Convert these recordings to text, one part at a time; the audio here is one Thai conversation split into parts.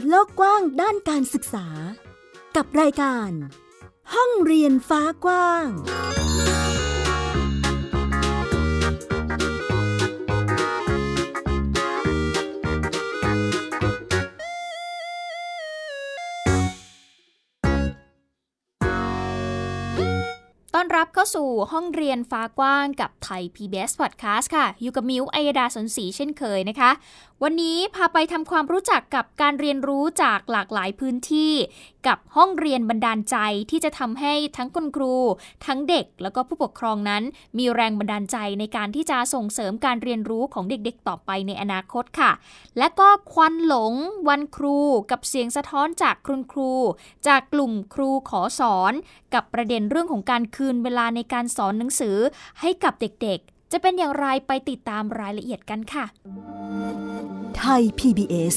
โลกกว้างด้านการศึกษากับรายการห้องเรียนฟ้ากว้างต้อนรับเข้าสู่ห้องเรียนฟ้ากว้างกับไทย PBS Podcast ค่ะอยู่กับมิ้ว อัยดา สนศรีเช่นเคยนะคะวันนี้พาไปทำความรู้จักกับการเรียนรู้จากหลากหลายพื้นที่กับห้องเรียนบันดาลใจที่จะทำให้ทั้งคุณครูทั้งเด็กแล้วก็ผู้ปกครองนั้นมีแรงบันดาลใจในการที่จะส่งเสริมการเรียนรู้ของเด็กๆต่อไปในอนาคตค่ะและก็ควันหลงวันครูกับเสียงสะท้อนจากคุณครูจากกลุ่มครูขอสอนกับประเด็นเรื่องของการคืนเวลาในการสอนหนังสือให้กับเด็กๆจะเป็นอย่างไรไปติดตามรายละเอียดกันค่ะไทย PBS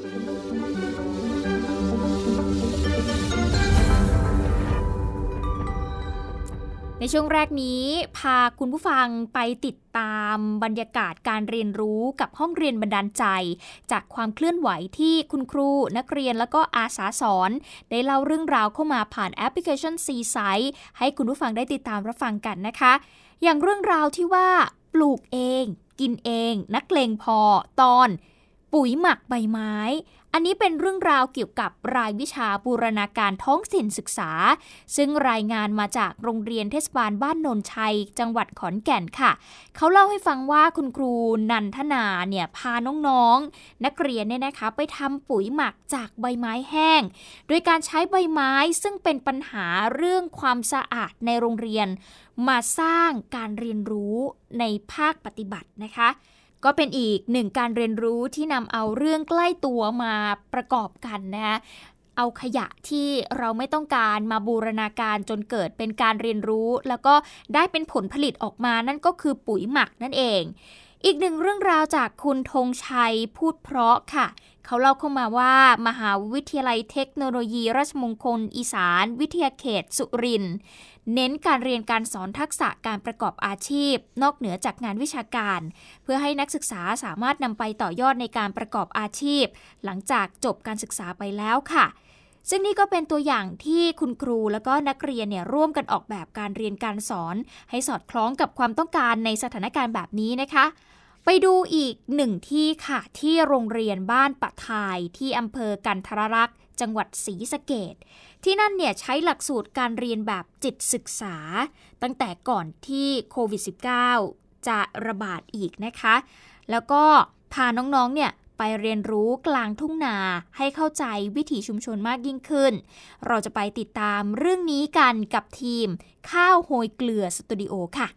ในช่วงแรกนี้พาคุณผู้ฟังไปติดตามบรรยากาศการเรียนรู้กับห้องเรียนบันดาลใจจากความเคลื่อนไหวที่คุณครูนักเรียนแล้วก็อาสาสอนได้เล่าเรื่องราวเข้ามาผ่านแอปพลิเคชัน C-Site ให้คุณผู้ฟังได้ติดตามรับฟังกันนะคะอย่างเรื่องราวที่ว่าปลูกเองกินเองนักเลงพอตอนปุ๋ยหมักใบไม้อันนี้เป็นเรื่องราวเกี่ยวกับรายวิชาบูรณาการท้องถิ่นศึกษาซึ่งรายงานมาจากโรงเรียนเทศบาลบ้านโนนชัยจังหวัดขอนแก่นค่ะเขาเล่าให้ฟังว่าคุณครูนันทนาเนี่ยพาน้องๆนักเรียนเนี่ยนะคะไปทำปุ๋ยหมักจากใบไม้แห้งโดยการใช้ใบไม้ซึ่งเป็นปัญหาเรื่องความสะอาดในโรงเรียนมาสร้างการเรียนรู้ในภาคปฏิบัตินะคะก็เป็นอีกหนึ่งการเรียนรู้ที่นำเอาเรื่องใกล้ตัวมาประกอบกันนะคะเอาขยะที่เราไม่ต้องการมาบูรณาการจนเกิดเป็นการเรียนรู้แล้วก็ได้เป็นผลผลิตออกมานั่นก็คือปุ๋ยหมักนั่นเองอีกหนึ่งเรื่องราวจากคุณธงชัยพูดเพราะค่ะเขาเล่าเข้ามาว่ามหาวิทยาลัยเทคโนโลยีราชมงคลอีสานวิทยาเขตสุรินทร์เน้นการเรียนการสอนทักษะการประกอบอาชีพนอกเหนือจากงานวิชาการเพื่อให้นักศึกษาสามารถนำไปต่อยอดในการประกอบอาชีพหลังจากจบการศึกษาไปแล้วค่ะซึ่งนี่ก็เป็นตัวอย่างที่คุณครูและก็นักเรียนเนี่ยร่วมกันออกแบบการเรียนการสอนให้สอดคล้องกับความต้องการในสถานการณ์แบบนี้นะคะไปดูอีกหนึ่งที่ค่ะที่โรงเรียนบ้านปะทายที่อำเภอกันทรลักษณ์จังหวัดศรีสะเกษที่นั่นเนี่ยใช้หลักสูตรการเรียนแบบจิตศึกษาตั้งแต่ก่อนที่โควิด -19 จะระบาดอีกนะคะแล้วก็พาน้องๆเนี่ยไปเรียนรู้กลางทุ่งนาให้เข้าใจวิถีชุมชนมากยิ่งขึ้นเราจะไปติดตามเรื่องนี้กันกับทีมข้าวโฮยเกลือสตูดิโอค่ะ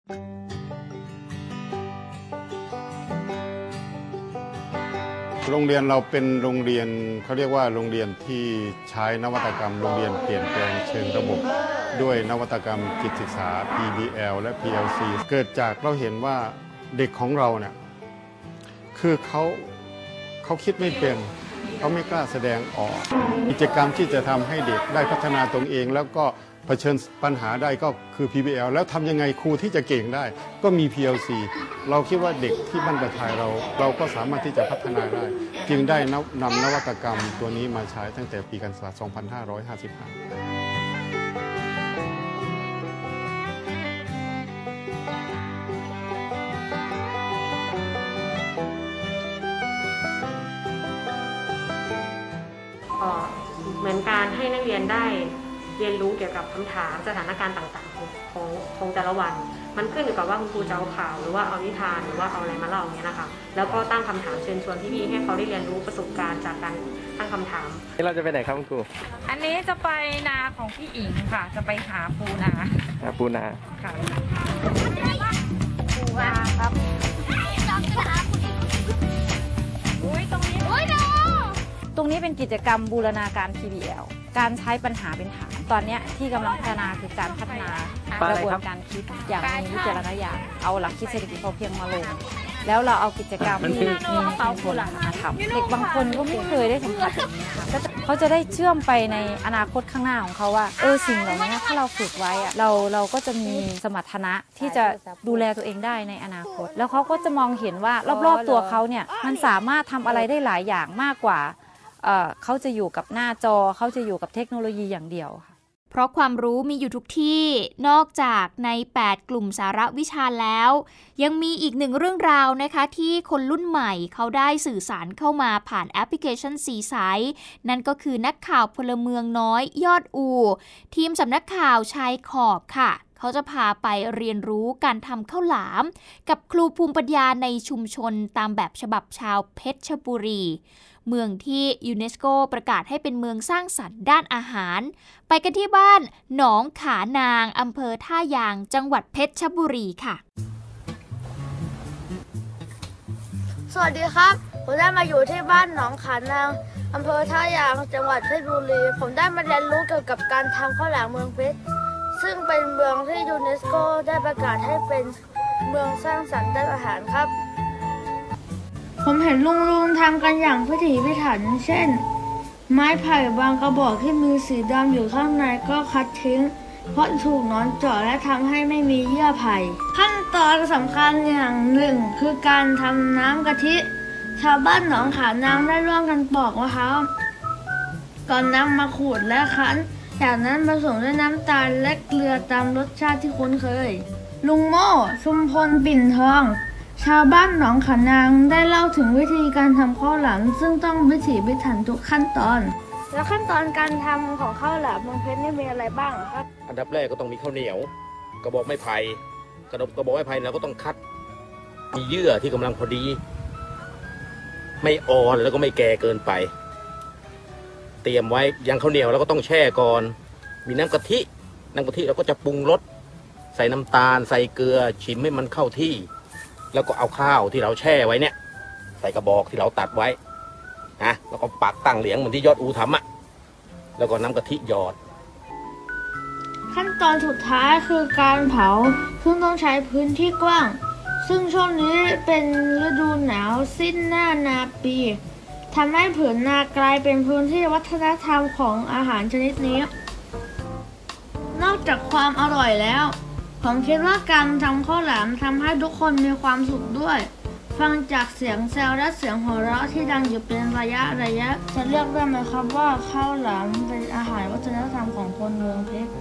โรงเรียนเราเป็นโรงเรียนเขาเรียกว่าโรงเรียนที่ใช้นวัตกรรมโรงเรียนเปลี่ยนแปลงเชิงระบบด้วยนวัตกรรมจิตศึกษา PBL และ PLC เกิดจากเราเห็นว่าเด็กของเราเนี่ยคือเขาคิดไม่เป็นเขาไม่กล้าแสดงออกกิจกรรมที่จะทำให้เด็กได้พัฒนาตนเองแล้วก็เผชิญปัญหาได้ก็คือ PBL แล้วทำยังไงครูที่จะเก่งได้ก็มี PLC เราคิดว่าเด็กที่บ้านประทายเราก็สามารถที่จะพัฒนาได้จึงได้นำนวัตกรรมตัวนี้มาใช้ตั้งแต่ปีการศึกษา 2555 เหมือนการให้นักเรียนได้เรียนรู้เกี่ยวกับคำถามสถานการณ์ต่างๆของแต่ละวันมันขึ้นอยู่กับว่าคุณครูจะเอาข่าวหรือว่าเอานิทานหรือว่าเอาอะไรมาเล่าอย่างเงี้ยนะคะแล้วก็ตั้งคำถามเชิญชวนพี่ๆให้เขาได้เรียนรู้ประสบการณ์จากการตั้งคำถามนี่เราจะไปไหนครับคุณครูอันนี้จะไปนาของพี่อิงค่ะจะไปหาปูนาค่ะปูนาครับตรงนี้เป็นกิจกรรมบูรณาการ PBL การใช้ปัญหาเป็นฐานตอนนี้ที่กำลังพัฒนาคือการพัฒนากระบวนการคิดอย่างมีวิจารณญาณเอาหลักคิดเศรษฐกิจพอเพียงมาลงแล้วเราเอากิจกรรมที่มีเขาบูรณาทำเด็กบางคนก็ไม่เคยได้สัมผัสแบบนี้ค่ะเขาจะได้เชื่อมไปในอนาคตข้างหน้าของเขาว่าสิ่งเหล่านี้ถ้าเราฝึกไว้เราก็จะมีสมรรถนะที่จะดูแลตัวเองได้ในอนาคตแล้วเขาก็จะมองเห็นว่ารอบๆตัวเขาเนี่ยมันสามารถทำอะไรได้หลายอย่างมากกว่าเขาจะอยู่กับหน้าจอเขาจะอยู่กับเทคโนโลยีอย่างเดียวค่ะเพราะความรู้มีอยู่ทุกที่นอกจากใน8กลุ่มสาระวิชาแล้วยังมีอีกหนึ่งเรื่องราวนะคะที่คนรุ่นใหม่เขาได้สื่อสารเข้ามาผ่านแอปพลิเคชันสีใสนั่นก็คือนักข่าวพลเมืองน้อยยอดอูทีมสำนักข่าวชายขอบค่ะเขาจะพาไปเรียนรู้การทำข้าวหลามกับครูภูมิปัญญาในชุมชนตามแบบฉบับชาวเพชรบุรีเมืองที่ยูเนสโกประกาศให้เป็นเมืองสร้างสรรค์ด้านอาหารไปกันที่บ้านหนองขานางอำเภอท่ายางจังหวัดเพชรบุรีค่ะสวัสดีครับผมได้มาอยู่ที่บ้านหนองขานางอำเภอท่ายางจังหวัดเพชรบุรีผมได้มาเรียนรู้เกี่ยวกับการทำข้าวหลามเมืองเพชรซึ่งเป็นเมืองที่ยูเนสโกได้ประกาศให้เป็นเมืองสร้างสรรค์ด้านอาหารครับผมเห็นลุงๆทำกันอย่างพิถีพิถันเช่นไม้ไผ่บางกระบอกที่มีสีดำอยู่ข้างในก็คัดทิ้งเพราะถูกหนอนเจาะและทำให้ไม่มีเยื่อไผ่ขั้นตอนสำคัญอย่างหนึ่งคือการทำน้ำกะทิชาวบ้านหนองขานางได้ร่วมกันปอกมะพร้าวก่อนนำมาขูดและคั้นจากนั้นผสมด้วยน้ำตาลและเกลือตามรสชาติที่คุ้นเคยลุงโม่ชุมพลปิ่นทองชาวบ้านหนองขานางได้เล่าถึงวิธีการทำข้าวหลามซึ่งต้องพิถีพิถันทุกขั้นตอนแล้วขั้นตอนการทำของข้าวหลามเมืองเพชรนี่มีอะไรบ้างครับอันดับแรกก็ต้องมีข้าวเหนียวกระบอกไม้ไผ่กระบอกไม้ไผ่เราก็ต้องคัดมีเยื่อที่กำลังพอดีไม่อ่อนแล้วก็ไม่แก่เกินไปเตรียมไว้อย่างข้าวเหนียวเราก็ต้องแช่ก่อนมีน้ำกะทิเราก็จะปรุงรสใส่น้ำตาลใส่เกลือชิมให้มันเข้าที่แล้วก็เอาข้าวที่เราแช่ไว้เนี่ยใส่กระบอกที่เราตัดไว้นะแล้วก็ปักตั้งเหลียงเหมือนที่ยอดอูทำอ่ะแล้วก็น้ำกะทิหยอดขั้นตอนสุดท้ายคือการเผาซึ่งต้องใช้พื้นที่กว้างซึ่งช่วงนี้เป็นฤดูหนาวสิ้นหน้านาปีทำให้ผืนนากลายเป็นพื้นที่วัฒนธรรมของอาหารชนิดนี้นอกจากความอร่อยแล้วผมคิดว่าการทำข้าวหลามทำให้ทุกคนมีความสุขด้วยฟังจากเสียงแซวและเสียงหัวเราะที่ดังอยู่เป็นระยะจะเรียกได้ไหมครับว่าข้าวหลามเป็นอาหารวัฒนธรรมของคนเมืองเพชร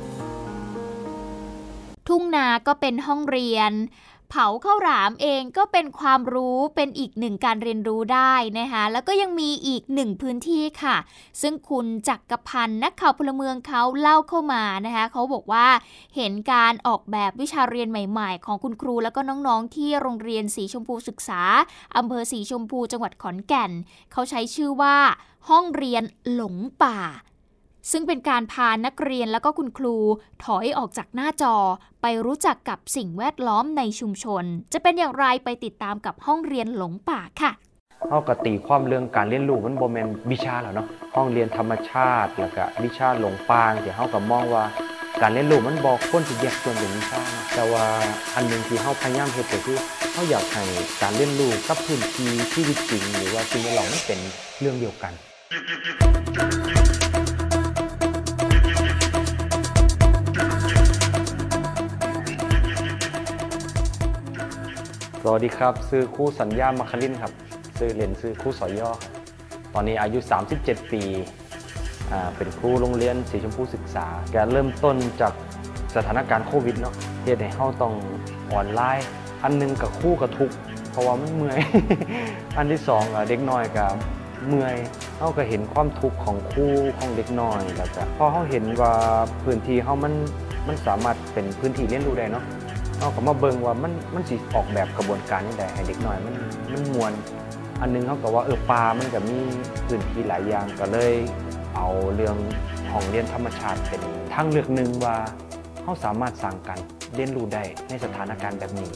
ทุ่งนาก็เป็นห้องเรียนเผาข้าวหลามเองก็เป็นความรู้เป็นอีกหนึ่งการเรียนรู้ได้นะคะแล้วก็ยังมีอีกหนึ่งพื้นที่ค่ะซึ่งคุณจักรพันธ์นักข่าวพลเมืองเขาเล่าเข้ามานะคะเขาบอกว่าเห็นการออกแบบวิชาเรียนใหม่ๆของคุณครูแล้วก็น้องๆที่โรงเรียนสีชมพูศึกษาอำเภอสีชมพูจังหวัดขอนแก่นเขาใช้ชื่อว่าห้องเรียนหลงป่าซึ่งเป็นการพานักเรียนแล้วก็คุณครูถอยออกจากหน้าจอไปรู้จักกับสิ่งแวดล้อมในชุมชนจะเป็นอย่างไรไปติดตามกับห้องเรียนหลงป่าค่ะเฮาก็ตีความเรื่องการเรียนรู้มันบ่แม่นวิชาแล้วเนาะห้องเรียนธรรมชาติแล้วก็วิชาหลงป่าที่เฮาก็มองว่าการเรียนรู้มันบ่ควรสิแยกส่วนเป็นวิชาแต่ว่าอันนึงที่เฮาพยายามเฮ็ดก็คือเฮาอยากให้การเรียนรู้กับพื้นที่ชีวิตจริงหรือว่าสิ่งแวดล้อมมันเป็นเรื่องเดียวกันสวัสดีครับชื่อครูสัญญามคลินครับชื่อเล่นชื่อครูสอย่อตอนนี้อายุ37ปีเป็นครูโรงเรียนสีชมพูศึกษาแกเริ่มต้นจากสถานการณ์โควิดเนาะเฮ็ดให้เฮาต้องออนไลน์อันนึงกับครูก็ทุกข์เพราะว่ามันเมื่อย อันที่2เด็กน้อยก็เมื่อยเฮาก็เห็นความทุกข์ของครูของเด็กน้อยแล้วก็พอเฮาเห็นว่าพื้นที่เฮามันสามารถเป็นพื้นที่เรียนรู้ได้เนาะเอาก็มาเบิ่งว่ามันสิออกแบบกระบวนการยังไงให้เด็กน้อยมันม่วนอันนึงเขาก็ว่าป่ามันก็มีพื้นที่หลายอย่างก็เลยเอาเรื่องห้องเรียนธรรมชาติเป็นทางเลือกหนึ่งว่าเขาสามารถสร้างกันเรียนรู้ได้ในสถานการณ์แบบนี้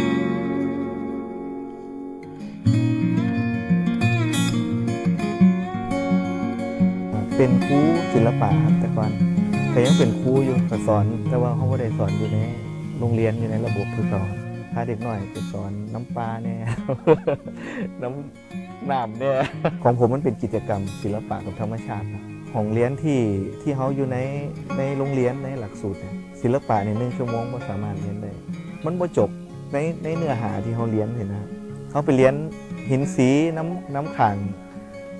เป็นครูศิลปะครับแต่ก่อนแต่ยังเป็นครูอยู่ก็สอนแต่ว่าเขาไม่ได้สอนอยู่ในโรงเรียนอยู่ในระบบคือเขาพาเด็กหน่อยไปสอนน้ำปลาเนี่ย น้ำเนี่ยของผมมันเป็นกิจกรรมศิลปะกับธรรมชาติของเรียนที่เขาอยู่ในโรงเรียนในหลักสูตรศิลปะใน1 ชั่วโมงก็สามารถเรียนได้มันบ่จบในเนื้อหาที่เขาเรียนเห็นนะเขาไปเรียนหินสีน้ำขัง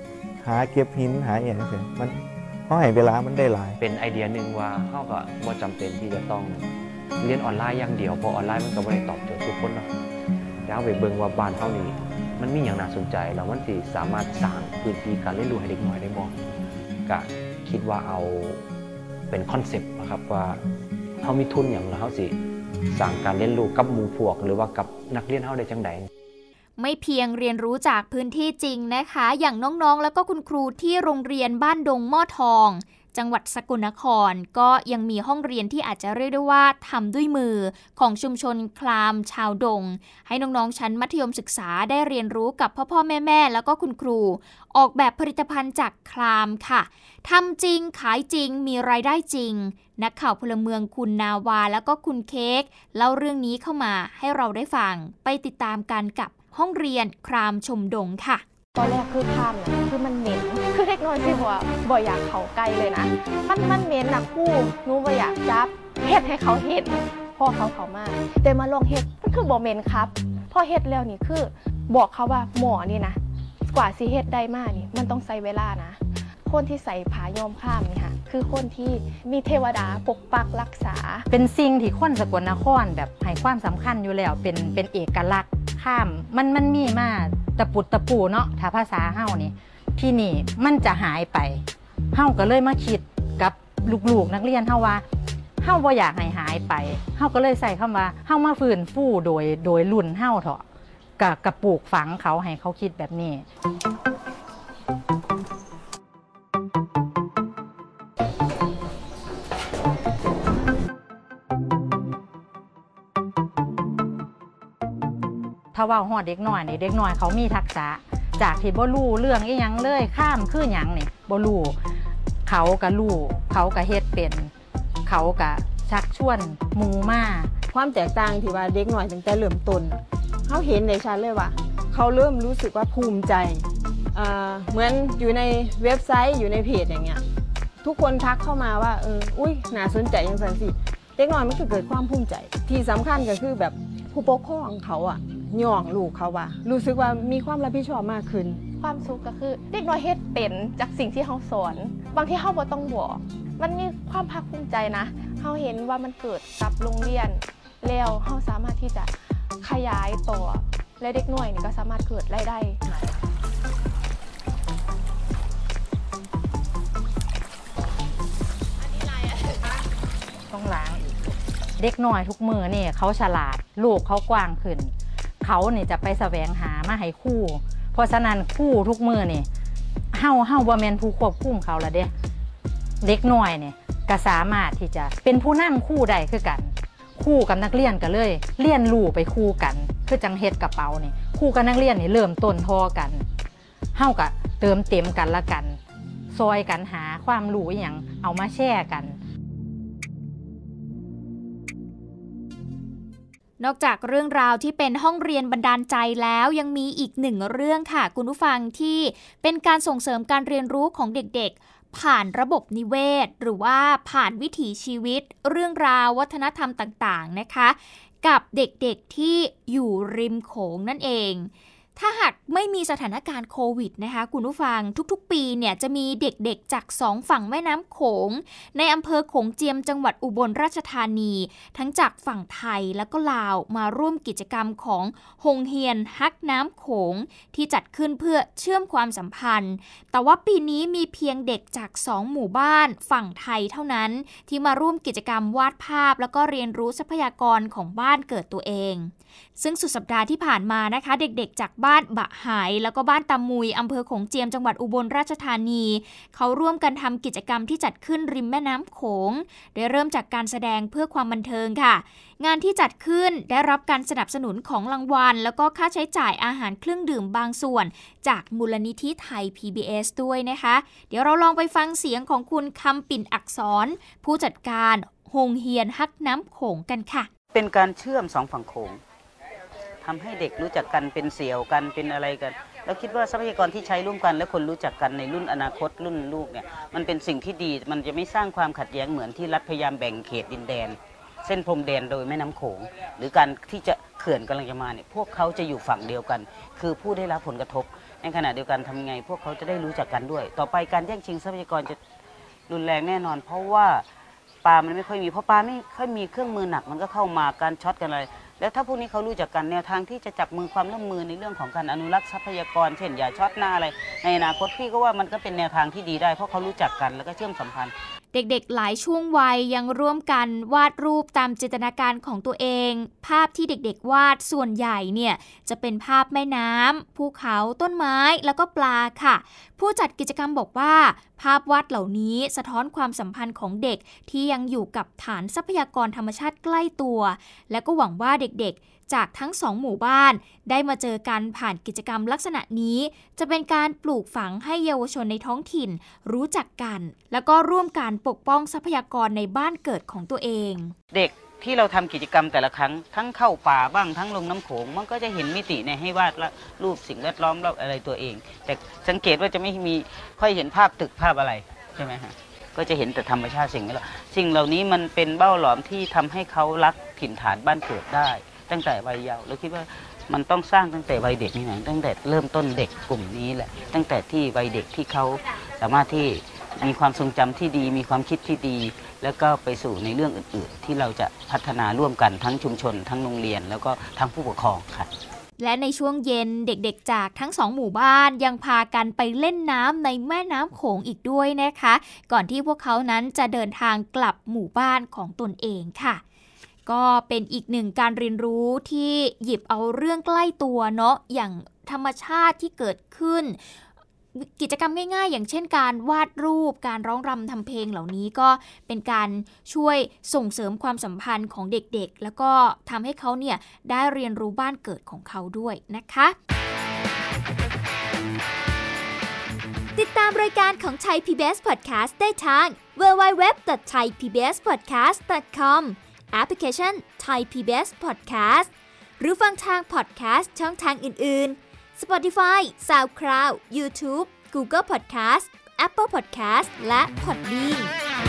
หาเก็บหินหาอย่างนี้มันเขาให้เวลามันได้หลายเป็นไอเดียหนึ่งว่าเขาก็บ่จำเป็นที่จะต้องเรียนออนไลน์อย่างเดียวเพราะออนไลน์มันก็ไม่ได้ตอบโจทย์ทุกคนเนาะแล้วไปเบิ่งว่าบ้านเฮานี้มันมีอย่างน่าสนใจแล้วมันสิสามารถสร้างพื้นที่การเรียนรู้ให้เด็กน้อยได้บ่ก็คิดว่าเอาเป็นคอนเซปต์นะครับว่าเฮามีทุนอย่างแล้วเฮาสิสร้างการเรียนรู้กับหมู่พวกหรือว่ากับนักเรียนเฮาได้จังได๋ไม่เพียงเรียนรู้จากพื้นที่จริงนะคะอย่างน้องๆแล้วก็คุณครูที่โรงเรียนบ้านดงหม้อทองจังหวัดสกลนครก็ยังมีห้องเรียนที่อาจจะเรียกได้ว่าทำด้วยมือของชุมชนคลามชาวดงให้น้องๆชั้นมัธยมศึกษาได้เรียนรู้กับพ่อๆแม่ๆแล้วก็คุณครูออกแบบผลิตภัณฑ์จากคลามค่ะทำจริงขายจริงมีรายได้จริงนักข่าวพลเมืองคุณนาวาแล้วก็คุณเค้กเล่าเรื่องนี้เข้ามาให้เราได้ฟังไปติดตามกันกับห้องเรียนคลามชมดงค่ะตอนแรกคือข้ามนะคือมันเหม็นคือเด็กน้อยที่บ่อยากเขาใกล้เลยนะมันเหม็นนะคู่หนูบ่อยากจับเฮ็ดให้เขาเห็นพ่อเขามาแต่มาลองเฮ็ดมันคือบ่เหม็นครับพอเฮ็ดแล้วนี่คือบอกเขาว่าหมอนี่นะกว่าสิเฮ็ดได้มานี่มันต้องใช้เวลานะคนที่ใส่ผ้าย้อมข้ามนี่ค่ะคือคนที่มีเทวดาปกปักรักษาเป็นสิ่งที่คนสกลนครแบบให้ความสำคัญอยู่แล้วเป็นเอกลักษณ์ข้ามมันมีมาตะปุดตะปูเนาะถ้าภาษาเฮานี่ที่นี่มันจะหายไปเฮาก็เลยมาคิดกับลูกๆนักเรียนเฮาว่าเฮาบ่อยากให้หายไปเฮาก็เลยใส่คำว่าเฮามาฟื้นฟูโดยรุ่นเฮาเถาะกับปลูกฝังเขาให้เขาคิดแบบนี้ถ้าว่าฮอดเด็กน้อยนี่เด็กน้อยเขามีทักษะจากที่บ่รู้เรื่องอีหยังเลยข้ามคือหยังนี่บ่รู้เขาก็รู้เขาก็เฮ็ดเป็นเขาก็ชักชวนหมู่มาความแตกต่างที่ว่าเด็กน้อยตั้งแต่เริ่มต้นเขาเห็นได้ชัดเลยว่าเขาเริ่มรู้สึกว่าภูมิใจเหมือนอยู่ในเว็บไซต์อยู่ในเพจอย่างเงี้ยทุกคนทักเข้ามาว่าอุ้ยน่าสนใจจังซั่นสิเด็กน้อยมันก็เกิดความภูมิใจที่สำคัญก็คือแบบผู้ปกครองเขาอะย่องลูกเขาว่ารู้สึกว่ามีความรับผิดชอบมากขึ้นความสุขก็คือเด็กน้อยเฮ็ดเป็นจากสิ่งที่เขาสอนบางที่เขาบ่ต้องบอกมันมีความภาคภูมิใจนะเขาเห็นว่ามันเกิดกับโรงเรียนแล้วเขาสามารถที่จะขยายต่อและเด็กน้อยนี่ก็สามารถเกิดรายได้ต้องล้างอีกเด็กน้อยทุกมือนี่เขาฉลาดลูกเขากว้างขึ้นเขาเนี่ยจะไปแสวงหามาให้คู่เพราะฉะนั้นคู่ทุกมือนี่เฮาบ่แม่นผู้ควบคุมเขาละเด้เด็กน้อยเนี่ยก็สามารถที่จะเป็นผู้นำคู่ได้คือกันคู่กับนักเรียนก็เลยเรียนรู้ไปคู่กันคือจังเฮ็ดกระเป๋านี่คู่กับนักเรียนนี่เริ่มต้นทอกันเฮาก็เติมเต็มกันละกันซอยกันหาความรู้อีหยังเอามาแชร์กันนอกจากเรื่องราวที่เป็นห้องเรียนบันดาลใจแล้วยังมีอีกหนึ่งเรื่องค่ะคุณผู้ฟังที่เป็นการส่งเสริมการเรียนรู้ของเด็กๆผ่านระบบนิเวศหรือว่าผ่านวิถีชีวิตเรื่องราววัฒนธรรมต่างๆนะคะกับเด็กๆที่อยู่ริมโขงนั่นเองถ้าหากไม่มีสถานการณ์โควิดนะคะคุณผู้ฟังทุกๆปีเนี่ยจะมีเด็กๆจาก2ฝั่งแม่น้ำโขงในอำเภอโขงเจียมจังหวัดอุบลราชธานีทั้งจากฝั่งไทยและก็ลาวมาร่วมกิจกรรมของโฮงเฮียนฮักน้ำโขงที่จัดขึ้นเพื่อเชื่อมความสัมพันธ์แต่ว่าปีนี้มีเพียงเด็กจาก2หมู่บ้านฝั่งไทยเท่านั้นที่มาร่วมกิจกรรมวาดภาพแล้วก็เรียนรู้ทรัพยากรของบ้านเกิดตัวเองซึ่งสุดสัปดาห์ที่ผ่านมานะคะเด็กๆจากบ้านบะหายแล้วก็บ้านตามุยอำเภอโขงเจียมจังหวัดอุบลราชธานีเขาร่วมกันทำกิจกรรมที่จัดขึ้นริมแม่น้ำโขงโดยเริ่มจากการแสดงเพื่อความบันเทิงค่ะงานที่จัดขึ้นได้รับการสนับสนุนของรางวัลแล้วก็ค่าใช้จ่ายอาหารเครื่องดื่มบางส่วนจากมูลนิธิไทย PBS ด้วยนะคะเดี๋ยวเราลองไปฟังเสียงของคุณคำปิ่นอักษรผู้จัดการโฮงเฮียนฮักน้ำโขงกันค่ะเป็นการเชื่อม2ฝั่งโขงทำให้เด็กรู้จักกันเป็นเสี่ยวกันเป็นอะไรกันแล้วคิดว่าทรัพยากรที่ใช้ร่วมกันและคนรู้จักกันในรุ่นอนาคตรุ่นลูกเนี่ยมันเป็นสิ่งที่ดีมันจะไม่สร้างความขัดแย้งเหมือนที่รัฐพยายามแบ่งเขตดินแดนเส้นพรมแดนโดยแม่น้ำโขงหรือการที่จะเขื่อนกำลังจะมาเนี่ยพวกเขาจะอยู่ฝั่งเดียวกันคือผู้ได้รับผลกระทบในในขณะเดียวกันทำไงพวกเขาจะได้รู้จักกันด้วยต่อไปการแย่งชิงทรัพยากรจะรุนแรงแน่นอนเพราะว่าปลามันไม่ค่อยมีเพราะปลาไม่ค่อยมีเครื่องมือหนักมันก็เข้ามาการช็อตกันอะไรแล้วถ้าพวกนี้เขารู้จักกันแนวทางที่จะจับมือความร่วมมือในเรื่องของการอนุรักษ์ทรัพยากรเช่นอย่าช็อตหน้าอะไรในอนาคตพี่ก็ว่ามันก็เป็นแนวทางที่ดีได้เพราะเขารู้จักกันแล้วก็เชื่อมสัมพันธ์เด็กๆหลายช่วงวัยยังร่วมกันวาดรูปตามจินตนาการของตัวเองภาพที่เด็กๆวาดส่วนใหญ่เนี่ยจะเป็นภาพแม่น้ำภูเขาต้นไม้แล้วก็ปลาค่ะผู้จัดกิจกรรมบอกว่าภาพวาดเหล่านี้สะท้อนความสัมพันธ์ของเด็กที่ยังอยู่กับฐานทรัพยากรธรรมชาติใกล้ตัวและก็หวังว่าเด็กๆจากทั้งสองหมู่บ้านได้มาเจอกันผ่านกิจกรรมลักษณะนี้จะเป็นการปลูกฝังให้เยาวชนในท้องถิ่นรู้จักกันแล้วก็ร่วมกันปกป้องทรัพยากรในบ้านเกิดของตัวเองเด็กที่เราทำกิจกรรมแต่ละครั้งทั้งเข้าป่าบ้างทั้งลงน้ำโขงมันก็จะเห็นมิติในให้วาดรูปสิ่งแวดล้อมอะไรตัวเองแต่สังเกตว่าจะไม่มีค่อยเห็นภาพตึกภาพอะไรใช่ไหมฮะก็จะเห็นแต่ธรรมชาติสิ่งเหล่านี้มันเป็นเบ้าหลอมที่ทำให้เขารักถิ่นฐานบ้านเกิดได้ตั้งแต่วัยเยาว์เราคิดว่ามันต้องสร้างตั้งแต่วัยเด็กนี่นะตั้งแต่เริ่มต้นเด็กกลุ่มนี้แหละตั้งแต่ที่วัยเด็กที่เขาสามารถที่มีความทรงจำที่ดีมีความคิดที่ดีแล้วก็ไปสู่ในเรื่องอื่นๆที่เราจะพัฒนาร่วมกันทั้งชุมชนทั้งโรงเรียนแล้วก็ทั้งผู้ปกครองค่ะและในช่วงเย็นเด็กๆจากทั้งสองหมู่บ้านยังพากันไปเล่นน้ำในแม่น้ำโขงอีกด้วยนะคะก่อนที่พวกเขานั้นจะเดินทางกลับหมู่บ้านของตนเองค่ะก็เป็นอีกหนึ่งการเรียนรู้ที่หยิบเอาเรื่องใกล้ตัวเนาะอย่างธรรมชาติที่เกิดขึ้นกิจกรรมง่ายๆอย่างเช่นการวาดรูปการร้องรำทำเพลงเหล่านี้ก็เป็นการช่วยส่งเสริมความสัมพันธ์ของเด็กๆแล้วก็ทำให้เขาเนี่ยได้เรียนรู้บ้านเกิดของเขาด้วยนะคะติดตามรายการของ Thai PBS Podcast ได้ทาง www.thaipbspodcast.com แอปพลิเคชัน Thai PBS Podcast หรือฟังทาง podcast ช่องทางอื่นๆ Spotify, SoundCloud, YouTube, Google Podcast, Apple Podcast และ Podbean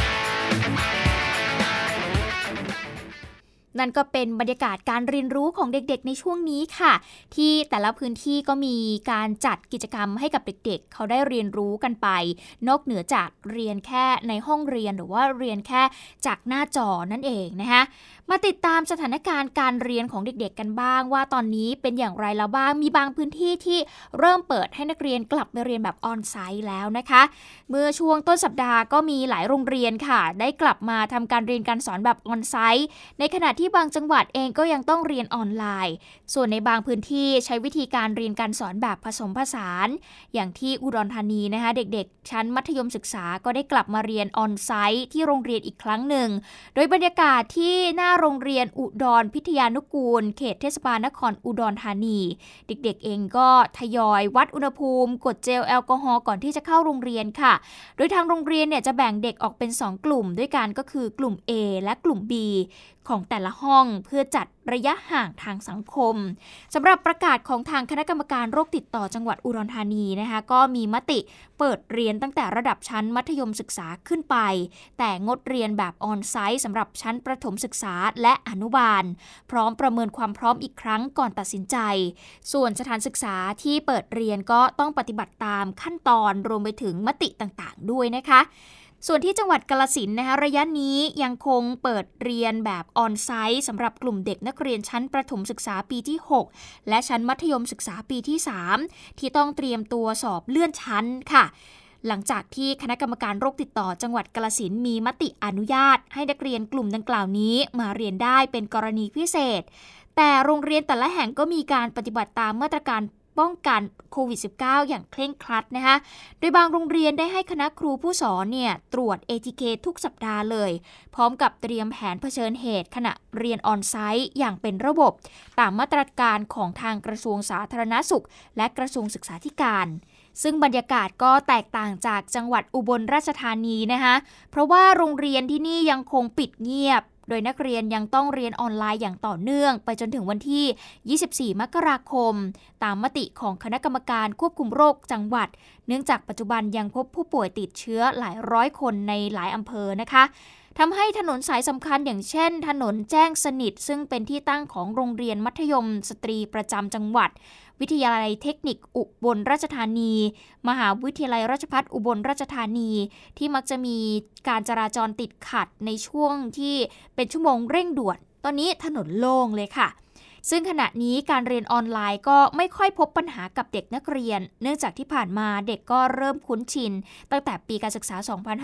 นั่นก็เป็นบรรยากาศการเรียนรู้ของเด็กๆในช่วงนี้ค่ะที่แต่ละพื้นที่ก็มีการจัดกิจกรรมให้กับเด็กๆเขาได้เรียนรู้กันไปนอกเหนือจากเรียนแค่ในห้องเรียนหรือว่าเรียนแค่จากหน้าจอนั่นเองนะคะมาติดตามสถานการณ์การเรียนของเด็กๆกันบ้างว่าตอนนี้เป็นอย่างไรแล้วบ้างมีบางพื้นที่ที่เริ่มเปิดให้นักเรียนกลับไปเรียนแบบออนไซต์แล้วนะคะเมื่อช่วงต้นสัปดาห์ก็มีหลายโรงเรียนค่ะได้กลับมาทำการเรียนการสอนแบบออนไซต์ในขณะที่บางจังหวัดเองก็ยังต้องเรียนออนไลน์ส่วนในบางพื้นที่ใช้วิธีการเรียนการสอนแบบผสมผสานอย่างที่อุดรธานีนะคะเด็กๆชั้นมัธยมศึกษาก็ได้กลับมาเรียนออนไซต์ที่โรงเรียนอีกครั้งหนึ่งโดยบรรยากาศที่หน้าโรงเรียนอุดรพิทยานุกูลเขตเทศบาลนครอุดรธานีเด็กๆเองก็ทยอยวัดอุณหภูมิกดเจลแอลกอฮอล์ก่อนที่จะเข้าโรงเรียนค่ะโดยทางโรงเรียนเนี่ยจะแบ่งเด็กออกเป็น2กลุ่มด้วยกันก็คือกลุ่ม A และกลุ่ม B ของแต่ละห้องเพื่อจัดระยะห่างทางสังคมสำหรับประกาศของทางคณะกรรมการโรคติดต่อจังหวัดอุดรธานีนะคะก็มีมติเปิดเรียนตั้งแต่ระดับชั้นมัธยมศึกษาขึ้นไปแต่งดเรียนแบบออนไซต์สำหรับชั้นประถมศึกษาและอนุบาลพร้อมประเมินความพร้อมอีกครั้งก่อนตัดสินใจส่วนสถานศึกษาที่เปิดเรียนก็ต้องปฏิบัติตามขั้นตอนรวมไปถึงมติต่างๆด้วยนะคะส่วนที่จังหวัดกาฬสินธุ์นะคะระยะนี้ยังคงเปิดเรียนแบบออนไซต์สำหรับกลุ่มเด็กนักเรียนชั้นประถมศึกษาปีที่6และชั้นมัธยมศึกษาปีที่3ที่ต้องเตรียมตัวสอบเลื่อนชั้นค่ะหลังจากที่คณะกรรมการโรคติดต่อจังหวัดกาฬสินธุ์มีมติอนุญาตให้นักเรียนกลุ่มดังกล่าวนี้มาเรียนได้เป็นกรณีพิเศษแต่โรงเรียนแต่ละแห่งก็มีการปฏิบัติตามมาตรการป้องกันโควิด -19 อย่างเคร่งครัดนะคะโดยบางโรงเรียนได้ให้คณะครูผู้สอนเนี่ยตรวจ ATK ทุกสัปดาห์เลยพร้อมกับเตรียมแผนเผชิญเหตุขณะเรียนออนไซต์อย่างเป็นระบบตามมาตรการของทางกระทรวงสาธารณสุขและกระทรวงศึกษาธิการซึ่งบรรยากาศก็แตกต่างจากจังหวัดอุบลราชธานีนะคะเพราะว่าโรงเรียนที่นี่ยังคงปิดเงียบโดยนักเรียนยังต้องเรียนออนไลน์อย่างต่อเนื่องไปจนถึงวันที่24มกราคมตามมติของคณะกรรมการควบคุมโรคจังหวัดเนื่องจากปัจจุบันยังพบผู้ป่วยติดเชื้อหลายร้อยคนในหลายอำเภอนะคะทำให้ถนนสายสำคัญอย่างเช่นถนนแจ้งสนิทซึ่งเป็นที่ตั้งของโรงเรียนมัธยมสตรีประจำจังหวัดวิทยาลัยเทคนิคอุบลราชธานีมหาวิทยาลัยราชภัฏอุบลราชธานีที่มักจะมีการจราจรติดขัดในช่วงที่เป็นชั่วโมงเร่งด่วนตอนนี้ถนนโล่งเลยค่ะซึ่งขณะนี้การเรียนออนไลน์ก็ไม่ค่อยพบปัญหากับเด็กนักเรียนเนื่องจากที่ผ่านมาเด็กก็เริ่มคุ้นชินตั้งแต่ปีการศึกษา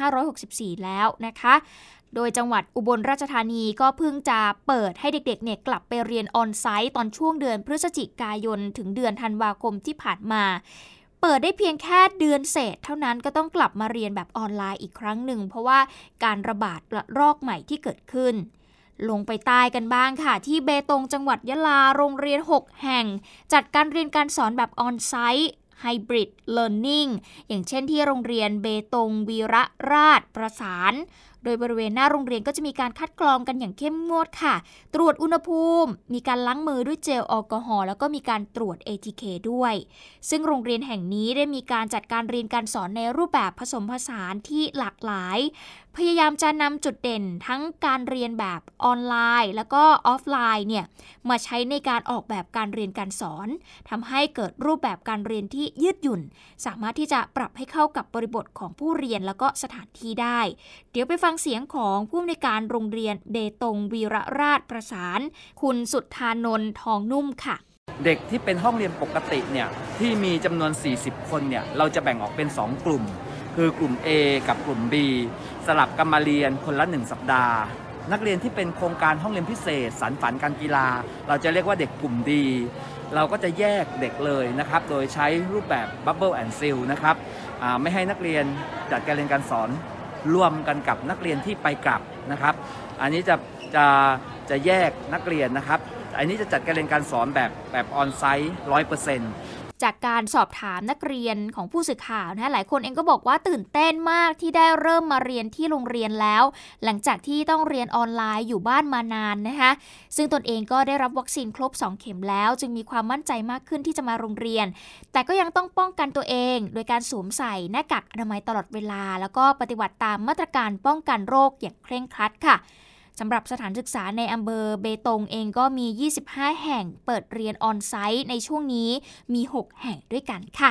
2564 แล้วนะคะโดยจังหวัดอุบลราชธานีก็เพิ่งจะเปิดให้เด็กๆเนี่ยกลับไปเรียนออนไซต์ตอนช่วงเดือนพฤศจิกายนถึงเดือนธันวาคมที่ผ่านมาเปิดได้เพียงแค่เดือนเศษเท่านั้นก็ต้องกลับมาเรียนแบบออนไลน์อีกครั้งหนึ่งเพราะว่าการระบาดระลอกใหม่ที่เกิดขึ้นลงไปใต้กันบ้างค่ะที่เบตงจังหวัดยะลาโรงเรียน6แห่งจัดการเรียนการสอนแบบออนไซต์ไฮบริดเลิร์นนิ่งอย่างเช่นที่โรงเรียนเบตงวีระราชประสานโดยบริเวณหน้าโรงเรียนก็จะมีการคัดกรองกันอย่างเข้มงวดค่ะตรวจอุณหภูมิมีการล้างมือด้วยเจลแอลกอฮอล์แล้วก็มีการตรวจ ATK ด้วยซึ่งโรงเรียนแห่งนี้ได้มีการจัดการเรียนการสอนในรูปแบบผสมผสานที่หลากหลายพยายามจะนำจุดเด่นทั้งการเรียนแบบออนไลน์แล้วก็ออฟไลน์เนี่ยมาใช้ในการออกแบบการเรียนการสอนทำให้เกิดรูปแบบการเรียนที่ยืดหยุ่นสามารถที่จะปรับให้เข้ากับบริบทของผู้เรียนแล้วก็สถานที่ได้เดี๋ยวไปฟังเสียงของผู้อำนวยการโรงเรียนเบตงวีระราชประสานคุณสุทธานนท์ทองนุ่มค่ะเด็กที่เป็นห้องเรียนปกติเนี่ยที่มีจำนวน40คนเนี่ยเราจะแบ่งออกเป็น2กลุ่มคือกลุ่ม A กับกลุ่ม B สลับกันมาเรียนคนละ1สัปดาห์นักเรียนที่เป็นโครงการห้องเรียนพิเศษสรรฝันการกีฬาเราจะเรียกว่าเด็กกลุ่มดีเราก็จะแยกเด็กเลยนะครับโดยใช้รูปแบบ Bubble and Seal นะครับไม่ให้นักเรียนจัดการเรียนการสอนรวมกันกับนักเรียนที่ไปกลับนะครับอันนี้จะแยกนักเรียนนะครับอันนี้จะจัดการเรียนการสอนแบบออนไซต์ 100% จากการสอบถามนักเรียนของผู้สื่อข่าวนะหลายคนเองก็บอกว่าตื่นเต้นมากที่ได้เริ่มมาเรียนที่โรงเรียนแล้วหลังจากที่ต้องเรียนออนไลน์อยู่บ้านมานานนะคะซึ่งตนเองก็ได้รับวัคซีนครบ2เข็มแล้วจึงมีความมั่นใจมากขึ้นที่จะมาโรงเรียนแต่ก็ยังต้องป้องกันตัวเองโดยการสวมใส่หน้ากากอนามัยตลอดเวลาแล้วก็ปฏิบัติตามมาตรการป้องกันโรคอย่างเคร่งครัดค่ะสำหรับสถานศึกษาในอำเภอเบตงเองก็มี25แห่งเปิดเรียนออนไซต์ในช่วงนี้มี6แห่งด้วยกันค่ะ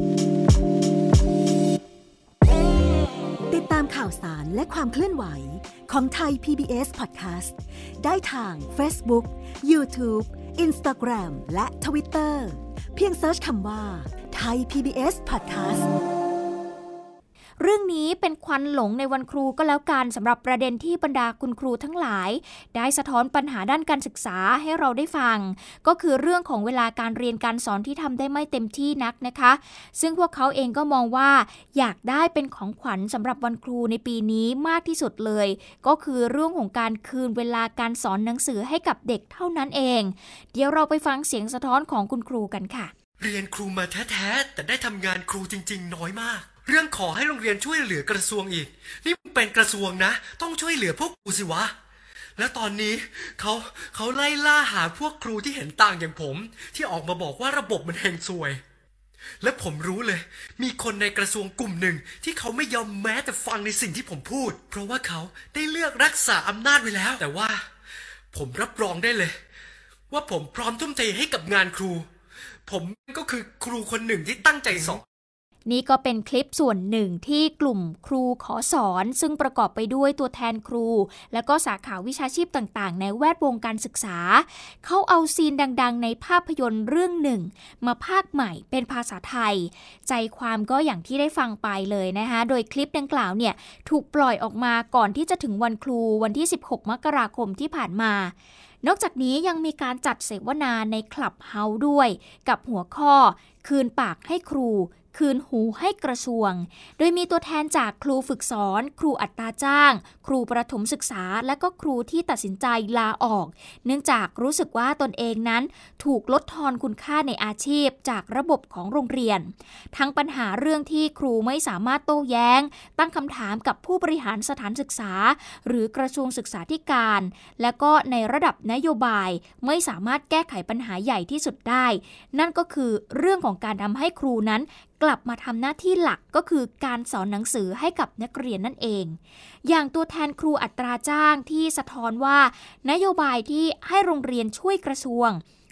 ติดตามข่าวสารและความเคลื่อนไหวของไทย PBS Podcast ได้ทาง Facebook, YouTube, Instagram และ Twitter เพียงเซิร์ชคำว่าไทย PBS Podcast เรื่องนี้เป็นควันหลงในวันครูก็แล้วกันสำหรับประเด็นที่บรรดาคุณครูทั้งหลายได้สะท้อนปัญหาด้านการศึกษาให้เราได้ฟังก็คือเรื่องของเวลาการเรียนการสอนที่ทำได้ไม่เต็มที่นักนะคะซึ่งพวกเขาเองก็มองว่าอยากได้เป็นของขวัญสำหรับวันครูในปีนี้มากที่สุดเลยก็คือเรื่องของการคืนเวลาการสอนหนังสือให้กับเด็กเท่านั้นเองเดี๋ยวเราไปฟังเสียงสะท้อนของคุณครูกันค่ะเรียนครูมาแท้ๆแต่ได้ทำงานครูจริงๆน้อยมากเรื่องขอให้โรงเรียนช่วยเหลือกระทรวงอีกนี่เป็นกระทรวงนะต้องช่วยเหลือพวกครูสิวะแล้วตอนนี้เขาไล่ล่าหาพวกครูที่เห็นต่างอย่างผมที่ออกมาบอกว่าระบบมันแห่งซวยและผมรู้เลยมีคนในกระทรวงกลุ่มหนึ่งที่เขาไม่ยอมแม้แต่ฟังในสิ่งที่ผมพูดเพราะว่าเขาได้เลือกรักษาอำนาจไว้แล้วแต่ว่าผมรับรองได้เลยว่าผมพร้อมทุ่มเทให้กับงานครูผมก็คือครูคนหนึ่งที่ตั้งใจสอนนี่ก็เป็นคลิปส่วนหนึ่งที่กลุ่มครูขอสอนซึ่งประกอบไปด้วยตัวแทนครูและก็สาขาวิชาชีพต่างๆในแวดวงการศึกษาเขาเอาซีนดังๆในภาพยนตร์เรื่องหนึ่งมาพากย์ใหม่เป็นภาษาไทยใจความก็อย่างที่ได้ฟังไปเลยนะคะโดยคลิปดังกล่าวเนี่ยถูกปล่อยออกมาก่อนที่จะถึงวันครูวันที่16มกราคมที่ผ่านมานอกจากนี้ยังมีการจัดเสวนาในคลับเฮาส์ด้วยกับหัวข้อคืนปากให้ครูคืนหูให้กระทรวงโดยมีตัวแทนจากครูฝึกสอนครูอัตราจ้างครูประถมศึกษาและก็ครูที่ตัดสินใจลาออกเนื่องจากรู้สึกว่าตนเองนั้นถูกลดทอนคุณค่าในอาชีพจากระบบของโรงเรียนทั้งปัญหาเรื่องที่ครูไม่สามารถโต้แย้งตั้งคำถามกับผู้บริหารสถานศึกษาหรือกระทรวงศึกษาธิการและก็ในระดับนโยบายไม่สามารถแก้ไขปัญหาใหญ่ที่สุดได้นั่นก็คือเรื่องของการทำให้ครูนั้นกลับมาทำหน้าที่หลักก็คือการสอนหนังสือให้กับนักเรียนนั่นเองอย่างตัวแทนครูอัตราจ้างที่สะท้อนว่านโยบายที่ให้โรงเรียนช่วยกระทรวง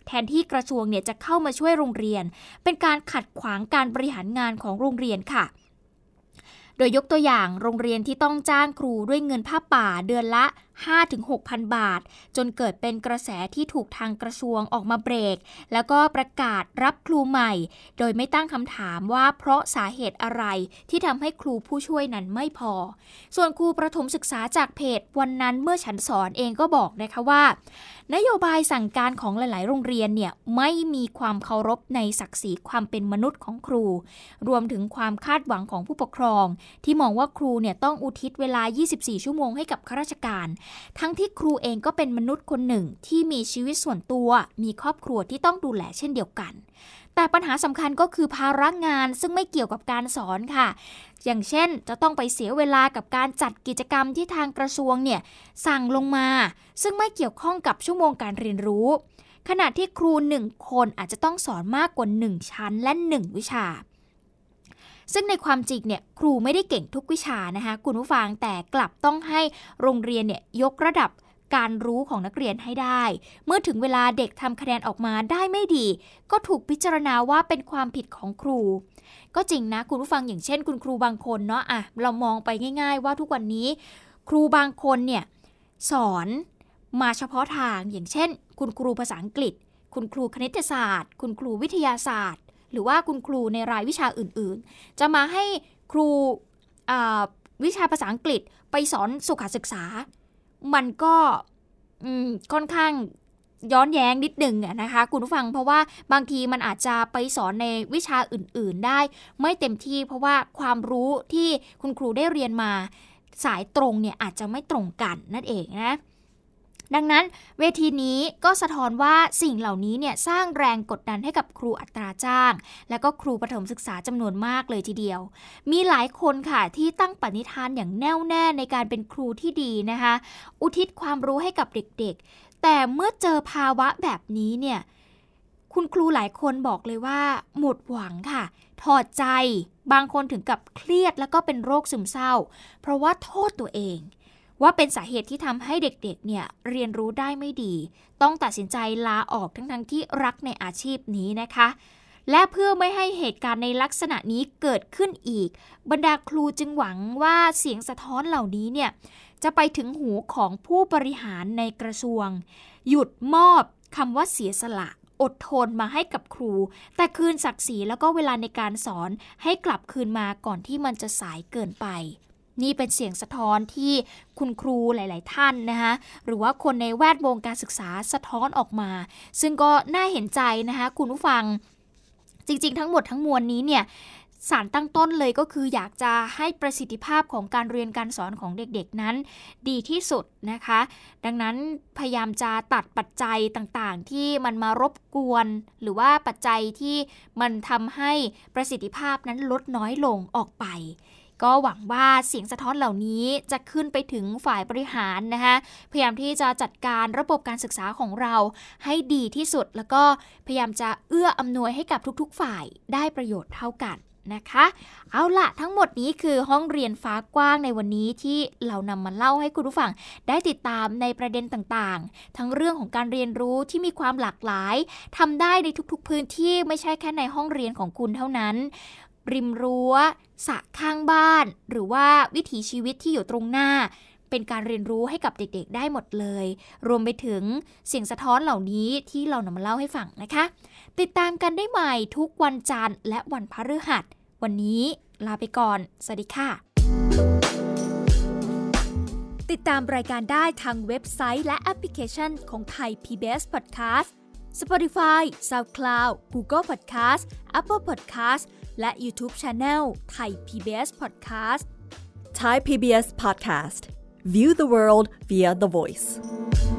แทนที่กระทรวงเนี่ยจะเข้ามาช่วยโรงเรียนเป็นการขัดขวางการบริหารงานของโรงเรียนค่ะโดยยกตัวอย่างโรงเรียนที่ต้องจ้างครูด้วยเงินผ้าป่าเดือนละ 5-6,000 บาทจนเกิดเป็นกระแสที่ถูกทางกระทรวงออกมาเบรกแล้วก็ประกาศรับครูใหม่โดยไม่ตั้งคำถามว่าเพราะสาเหตุอะไรที่ทำให้ครูผู้ช่วยนั้นไม่พอส่วนครูประถมศึกษาจากเพจวันนั้นเมื่อฉันสอนเองก็บอกนะคะว่านโยบายสั่งการของหลายๆโรงเรียนเนี่ยไม่มีความเคารพในศักดิ์ศรีความเป็นมนุษย์ของครูรวมถึงความคาดหวังของผู้ปกครองที่มองว่าครูเนี่ยต้องอุทิศเวลา24ชั่วโมงให้กับข้าราชการทั้งที่ครูเองก็เป็นมนุษย์คนหนึ่งที่มีชีวิตส่วนตัวมีครอบครัวที่ต้องดูแลเช่นเดียวกันแต่ปัญหาสำคัญก็คือภาระงานซึ่งไม่เกี่ยวกับการสอนค่ะอย่างเช่นจะต้องไปเสียเวลากับการจัดกิจกรรมที่ทางกระทรวงเนี่ยสั่งลงมาซึ่งไม่เกี่ยวข้องกับชั่วโมงการเรียนรู้ขณะที่ครู1คนอาจจะต้องสอนมากกว่า1ชั้นและ1วิชาซึ่งในความจริงเนี่ยครูไม่ได้เก่งทุกวิชานะคะคุณผู้ฟังแต่กลับต้องให้โรงเรียนเนี่ยยกระดับการรู้ของนักเรียนให้ได้เมื่อถึงเวลาเด็กทำคะแนนออกมาได้ไม่ดีก็ถูกพิจารณาว่าเป็นความผิดของครูก็จริงนะคุณผู้ฟังอย่างเช่นคุณครูบางคนเนาะเรามองไปง่ายๆว่าทุกวันนี้ครูบางคนเนี่ยสอนมาเฉพาะทางอย่างเช่นคุณครูภาษาอังกฤษคุณครูคณิตศาสตร์คุณครูวิทยาศาสตร์หรือว่าคุณครูในรายวิชาอื่นๆจะมาให้ครูวิชาภาษาอังกฤษไปสอนสุขศึกษามันก็ค่อนข้างย้อนแย้งนิดนึงนะคะคุณผู้ฟังเพราะว่าบางทีมันอาจจะไปสอนในวิชาอื่นๆได้ไม่เต็มที่เพราะว่าความรู้ที่คุณครูได้เรียนมาสายตรงเนี่ยอาจจะไม่ตรงกันนั่นเองนะดังนั้นเวทีนี้ก็สะท้อนว่าสิ่งเหล่านี้เนี่ยสร้างแรงกดดันให้กับครูอัตราจ้างและก็ครูประถมศึกษาจำนวนมากเลยทีเดียวมีหลายคนค่ะที่ตั้งปณิธานอย่างแน่วแน่ในการเป็นครูที่ดีนะคะอุทิศความรู้ให้กับเด็กๆแต่เมื่อเจอภาวะแบบนี้เนี่ยคุณครูหลายคนบอกเลยว่าหมดหวังค่ะถอดใจบางคนถึงกับเครียดแล้วก็เป็นโรคซึมเศร้าเพราะว่าโทษตัวเองว่าเป็นสาเหตุที่ทำให้เด็กๆเนี่ยเรียนรู้ได้ไม่ดีต้องตัดสินใจลาออกทั้งที่รักในอาชีพนี้นะคะและเพื่อไม่ให้เหตุการณ์ในลักษณะนี้เกิดขึ้นอีกบรรดาครูจึงหวังว่าเสียงสะท้อนเหล่านี้เนี่ยจะไปถึงหูของผู้บริหารในกระทรวงหยุดมอบคำว่าเสียสละอดทนมาให้กับครูแต่คืนศักดิ์ศรีแล้วก็เวลาในการสอนให้กลับคืนมาก่อนที่มันจะสายเกินไปนี่เป็นเสียงสะท้อนที่คุณครูหลายๆท่านนะคะหรือว่าคนในแวดวงการศึกษาสะท้อนออกมาซึ่งก็น่าเห็นใจนะคะคุณผู้ฟังจริงๆทั้งหมดทั้งมวลนี้เนี่ยสารตั้งต้นเลยก็คืออยากจะให้ประสิทธิภาพของการเรียนการสอนของเด็กๆนั้นดีที่สุดนะคะดังนั้นพยายามจะตัดปัจจัยต่างๆที่มันมารบกวนหรือว่าปัจจัยที่มันทำให้ประสิทธิภาพนั้นลดน้อยลงออกไปก็หวังว่าเสียงสะท้อนเหล่านี้จะขึ้นไปถึงฝ่ายบริหารนะคะพยายามที่จะจัดการระบบการศึกษาของเราให้ดีที่สุดแล้วก็พยายามจะเอื้ออำนวยให้กับทุกๆฝ่ายได้ประโยชน์เท่ากันนะคะเอาล่ะทั้งหมดนี้คือห้องเรียนฟ้ากว้างในวันนี้ที่เรานำมาเล่าให้คุณผู้ฟังได้ติดตามในประเด็นต่างๆทั้งเรื่องของการเรียนรู้ที่มีความหลากหลายทำได้ในทุกๆพื้นที่ไม่ใช่แค่ในห้องเรียนของคุณเท่านั้นริมรั้วสระข้างบ้านหรือว่าวิถีชีวิตที่อยู่ตรงหน้าเป็นการเรียนรู้ให้กับเด็กๆได้หมดเลยรวมไปถึงเสียงสะท้อนเหล่านี้ที่เรานำมาเล่าให้ฟังนะคะติดตามกันได้ใหม่ทุกวันจันทร์และวันพฤหัสวันนี้ลาไปก่อนสวัสดีค่ะติดตามรายการได้ทางเว็บไซต์และแอปพลิเคชันของไทย PBS Podcast Spotify SoundCloud Google Podcast Apple Podcast และ YouTube Channel Thai PBS Podcast Thai PBS Podcast View the world via the voice